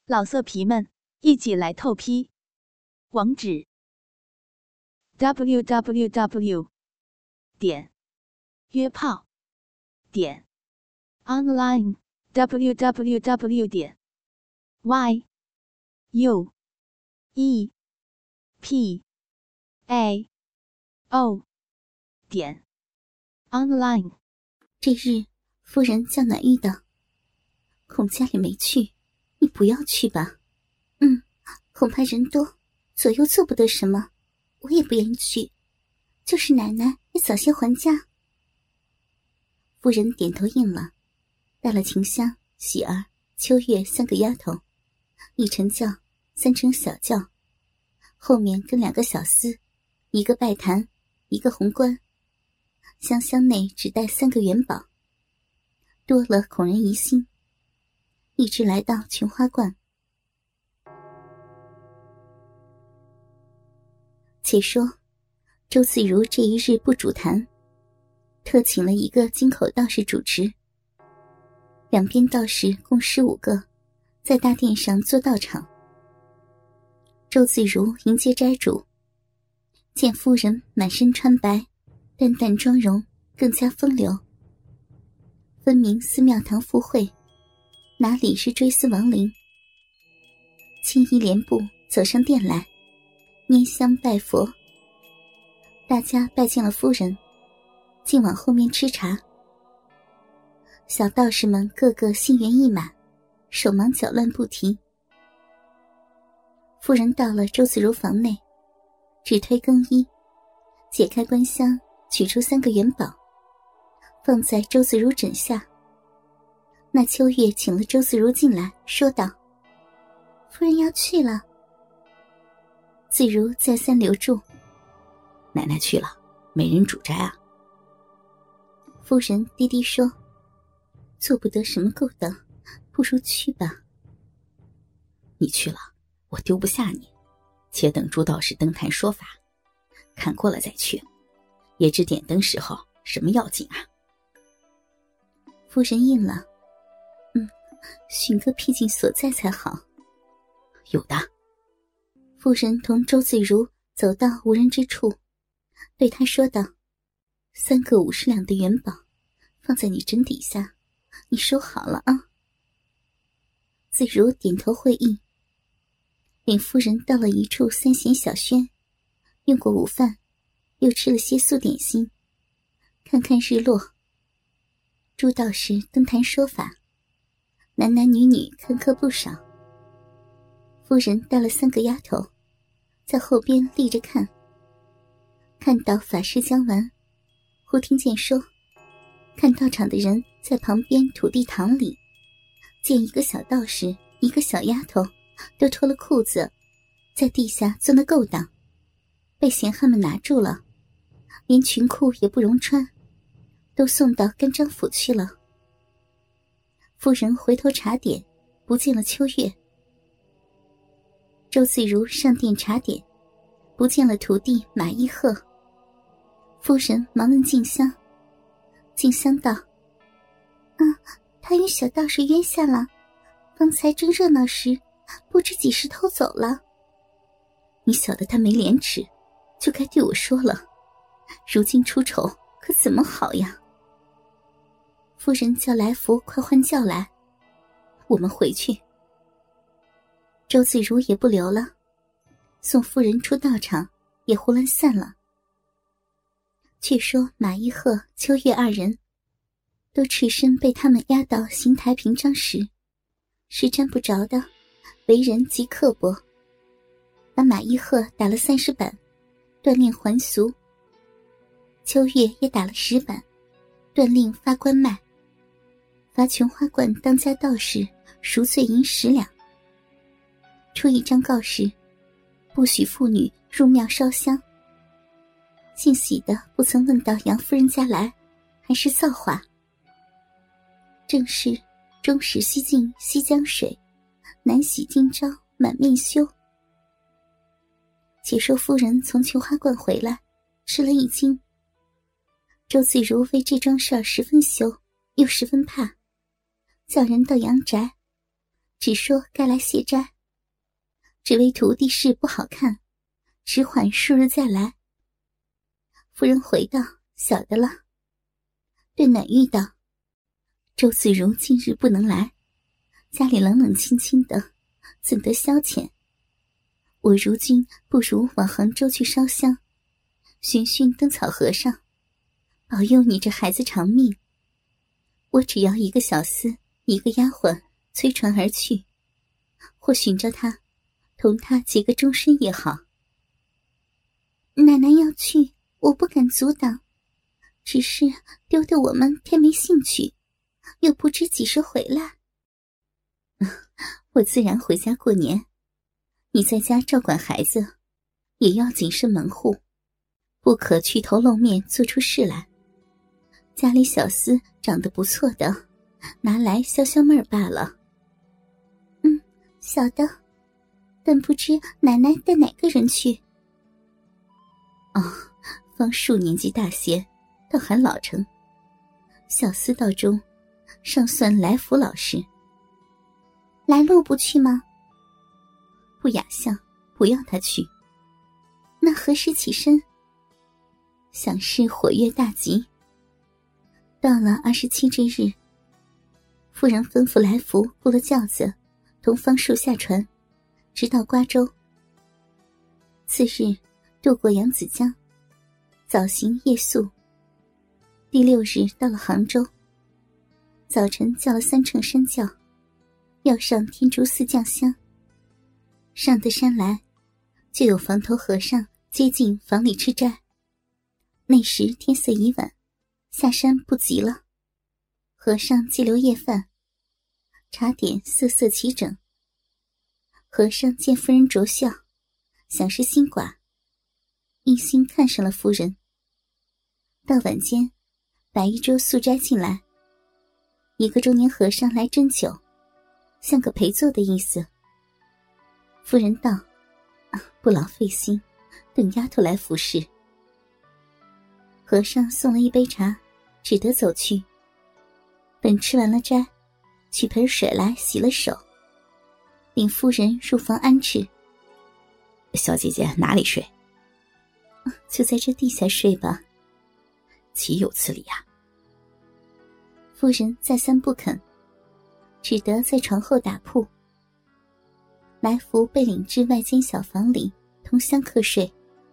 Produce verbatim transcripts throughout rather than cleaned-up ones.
老色皮们，一起来透批！网址 ：double u double u double u 点约炮点 online double u double u double u 点 y u e p a o 点 online。 这日，夫人叫暖玉道：“孔家里没去，你不要去吧。嗯，恐怕人多，左右做不得什么，我也不愿意去。就是奶奶也早些还家。”夫人点头应了，带了晴香、喜儿、秋月三个丫头，一晨轿，三乘小轿，后面跟两个小厮，一个拜坛，一个红冠。厢厢内只带三个元宝，多了恐人疑心。一直来到琼花观。且说周自如这一日不主坛，特请了一个金口道士主持，两边道士共十五个，在大殿上做道场。周自如迎接斋主，见夫人满身穿白，淡淡妆容更加风流，分明寺庙堂赴会，哪里是追思亡灵。轻衣莲步走上殿来，拈香拜佛。大家拜见了夫人，竟往后面吃茶。小道士们个个心猿意马，手忙脚乱不停。夫人到了周自如房内，只推更衣，解开官箱，取出三个元宝，放在周自如枕下。那秋月请了周自如进来，说道：“夫人要去了。”自如再三留住：“ 奶奶去了，没人主斋啊。” 夫人低低说：“做不得什么勾当，不如去吧。”“ 你去了，我丢不下你，且等朱道士登坛说法，看过了再去，也知点灯时候什么要紧啊。” 夫人应了：“嗯，寻个僻静所在才好。”“ 有的。” 夫人同周自如走到无人之处，对他说道：“三个五十两的元宝，放在你枕底下，你收好了啊。”自如点头会意，领夫人到了一处三闲小轩，用过午饭，又吃了些素点心，看看日落。朱道士登坛说法，男男女女看客不少。夫人带了三个丫头，在后边立着看。看到法事将完，忽听见说，看道场的人在旁边土地堂里，见一个小道士，一个小丫头，都脱了裤子，在地下做那勾当，被闲汉们拿住了，连裙裤也不容穿，都送到干章府去了。夫人回头查点，不见了秋月。周自如上殿查点，不见了徒弟马一鹤。夫人忙问静香，静香道：“啊，他与小道士约下了，方才正热闹时，不知几时偷走了。”“ 你晓得他没廉耻，就该对我说了，如今出丑，可怎么好呀？” 夫人叫来福快换轿来， 我们回去。 周自如也不留了，送夫人出道场，也胡乱散了。却说马一鹤、秋月二人都赤身被他们押到刑台平章时，是沾不着的，为人极刻薄，把马一鹤打了三十板，锻炼还俗；秋月也打了十板，锻令发官卖，罚琼花观当家道士赎罪银十两，出一张告示，不许妇女入庙烧香。幸喜的不曾问到杨夫人家来，还是造化。正是终始西进西江水，南洗今朝满面羞。且说夫人从琼花观回来，吃了一惊。周自如为这桩事儿十分羞，又十分怕，叫人到阳宅， 只说该来谢斋，只为徒弟事不好看，迟缓数日再来。夫人回道：晓得了。对暖玉道：周子如近日不能来，家里冷冷清清的，怎得消遣？我如今不如往杭州去烧香，寻寻灯草和尚，保佑你这孩子长命。我只要一个小厮，一个丫鬟催船而去，或寻着他，同他结个终身也好。奶奶要去，我不敢阻挡，只是丢得我们天没兴趣，又不知几时回来。 我自然回家过年，你在家照管孩子，也要谨慎门户，不可去头露面做出事来。家里小厮长得不错的，拿来消消闷儿罢了。 嗯，晓得，但不知奶奶带哪个人去？ 哦，方树年纪大些，倒还老成。小厮道中，尚算来福老实。 来路不去吗？ 不雅相，不要他去。 那何时起身？ 想是火月大吉。到了二十七之日，夫人吩咐来福雇了轿子，同方树下船，直到瓜州。次日渡过扬子江，早行夜宿。第六日到了杭州，早晨叫了三乘山轿，要上天竺寺降香。上得山来，就有房头和尚接进房里吃斋。那时天色已晚，下山不及了。和尚借留夜饭，茶点色色齐整。和尚见夫人着笑，想是新寡，一心看上了夫人。到晚间，摆一桌素斋进来，一个中年和尚来斟酒，像个陪坐的意思。夫人道：啊，不劳费心，等丫头来服侍。和尚送了一杯茶，只得走去。等吃完了斋，取盆水来洗了手，领夫人入房安置。小姐姐哪里睡？就在这地下睡吧。岂有此理啊！夫人再三不肯，只得在床后打铺。来福被领至外间小房里同香客睡。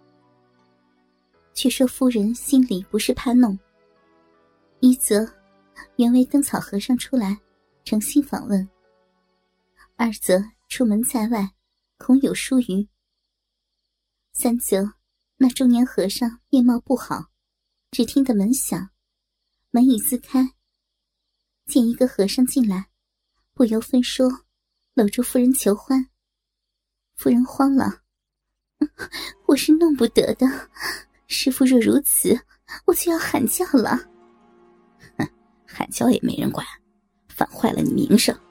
却说夫人心里不是怕弄，一则原为灯草和尚出来诚心访问，二则出门在外恐有疏虞，三则那中年和尚面貌不好，只听得门响，门已自开，见一个和尚进来，不由分说搂住夫人求欢。夫人慌了，我是弄不得的，师父若如此，我就要喊叫了。哼，喊叫也没人管，反坏了你名声。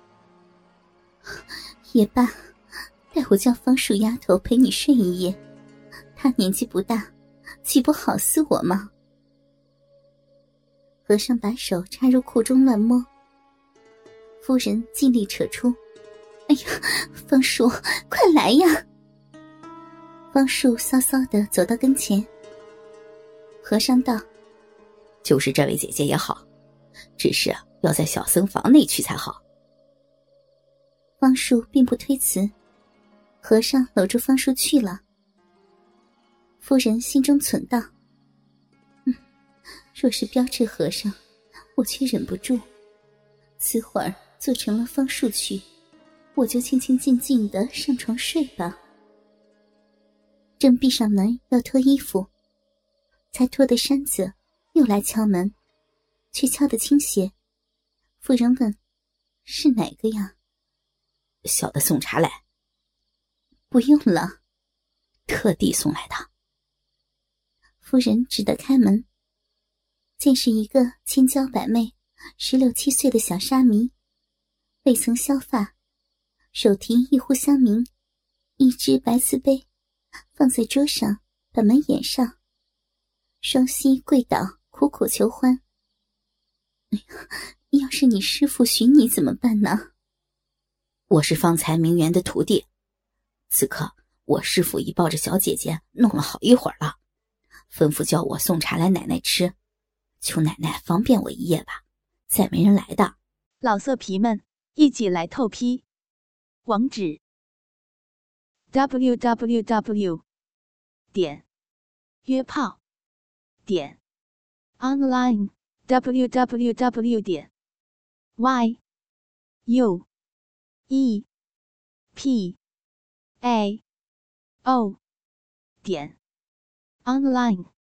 也罢，待我叫方树丫头陪你睡一夜，她年纪不大，岂不好死我吗？和尚把手插入裤中乱摸，夫人尽力扯出。哎呀，方树，快来呀！方树骚骚地走到跟前。和尚道：就是这位姐姐也好，只是要在小僧房内去才好。方树并不推辞，和尚搂住方树去了。夫人心中忖道：嗯，若是标致和尚，我却忍不住。此会儿做成了方树去，我就清清静静地上床睡吧。正闭上门要脱衣服，才脱的衫子又来敲门，却敲得轻些。夫人问：是哪个呀？小的送茶来。不用了，特地送来的。夫人只得开门，见是一个千娇百媚十六七岁的小沙弥，未曾削发，手提一壶香茗，一只白瓷杯放在桌上，把门掩上，双膝跪倒，苦苦求欢。哎呀，要是你师父寻你怎么办呢？ 我是方才名媛的徒弟，此刻我师父已抱着小姐姐弄了好一会儿了，吩咐叫我送茶来奶奶吃，求奶奶方便我一夜吧，再没人来的。 老色皮们，一起来透批！网址 ：double u double u double u 点约炮点 online w w w 点 y u e p a o 点 online。